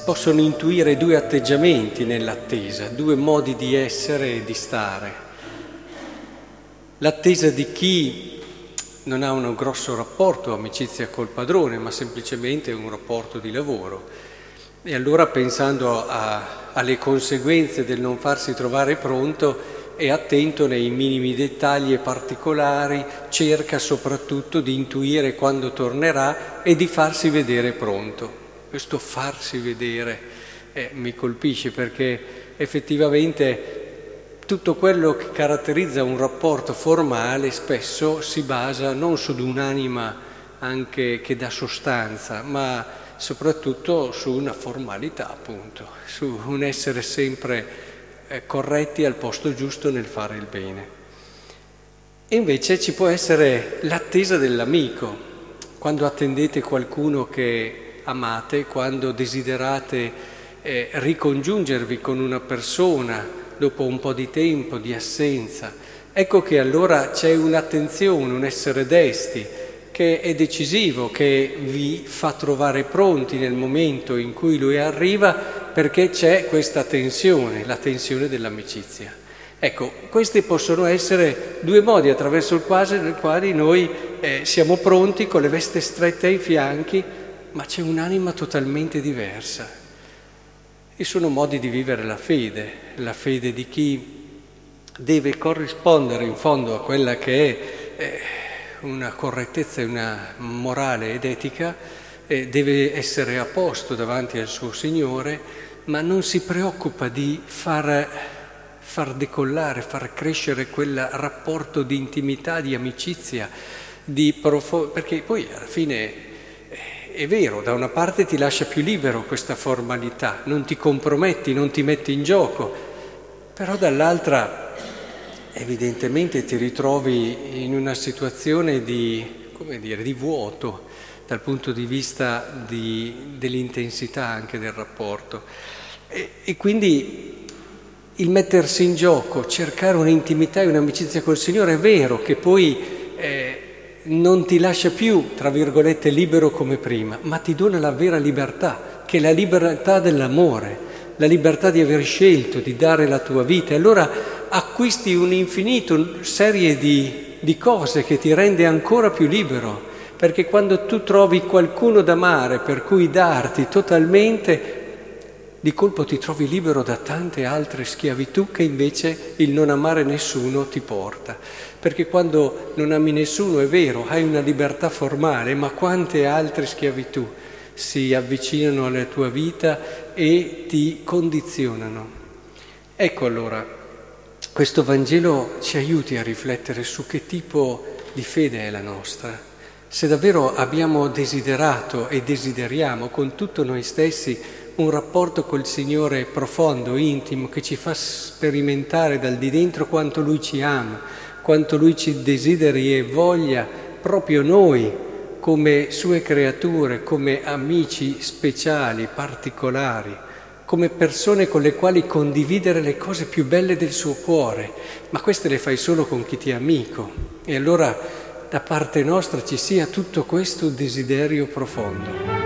possono intuire due atteggiamenti nell'attesa, due modi di essere e di stare. L'attesa di chi non ha un grosso rapporto, amicizia col padrone, ma semplicemente un rapporto di lavoro. E allora, pensando alle conseguenze del non farsi trovare pronto, è attento nei minimi dettagli e particolari, cerca soprattutto di intuire quando tornerà e di farsi vedere pronto. Questo farsi vedere mi colpisce, perché effettivamente tutto quello che caratterizza un rapporto formale spesso si basa non su di un'anima anche che dà sostanza, ma soprattutto su una formalità, appunto, su un essere sempre corretti al posto giusto nel fare il bene. E invece ci può essere l'attesa dell'amico, quando attendete qualcuno che amate, quando desiderate ricongiungervi con una persona dopo un po' di tempo di assenza. Ecco che allora c'è un'attenzione, un essere desti che è decisivo, che vi fa trovare pronti nel momento in cui lui arriva, perché c'è questa tensione, la tensione dell'amicizia. Ecco, questi possono essere due modi attraverso i quali noi siamo pronti con le vesti strette ai fianchi, ma c'è un'anima totalmente diversa. E sono modi di vivere la fede di chi deve corrispondere in fondo a quella che è una correttezza e una morale ed etica, deve essere a posto davanti al suo Signore, ma non si preoccupa di far decollare, far crescere quel rapporto di intimità, di amicizia, perché poi alla fine è vero, da una parte ti lascia più libero questa formalità, non ti comprometti, non ti metti in gioco, però dall'altra evidentemente ti ritrovi in una situazione di vuoto dal punto di vista dell'intensità anche del rapporto. E quindi il mettersi in gioco, cercare un'intimità e un'amicizia col Signore, è vero che poi non ti lascia più, tra virgolette, libero come prima, ma ti dona la vera libertà, che è la libertà dell'amore, la libertà di aver scelto, di dare la tua vita. E allora acquisti un'infinita serie di cose che ti rende ancora più libero, perché quando tu trovi qualcuno da amare, per cui darti totalmente, di colpo ti trovi libero da tante altre schiavitù che invece il non amare nessuno ti porta. Perché quando non ami nessuno, è vero, hai una libertà formale, ma quante altre schiavitù si avvicinano alla tua vita e ti condizionano. Ecco allora, questo Vangelo ci aiuti a riflettere su che tipo di fede è la nostra. Se davvero abbiamo desiderato e desideriamo con tutto noi stessi un rapporto col Signore profondo, intimo, che ci fa sperimentare dal di dentro quanto Lui ci ama, quanto Lui ci desideri e voglia proprio noi come Sue creature, come amici speciali, particolari, come persone con le quali condividere le cose più belle del suo cuore, ma queste le fai solo con chi ti è amico. E allora da parte nostra ci sia tutto questo desiderio profondo.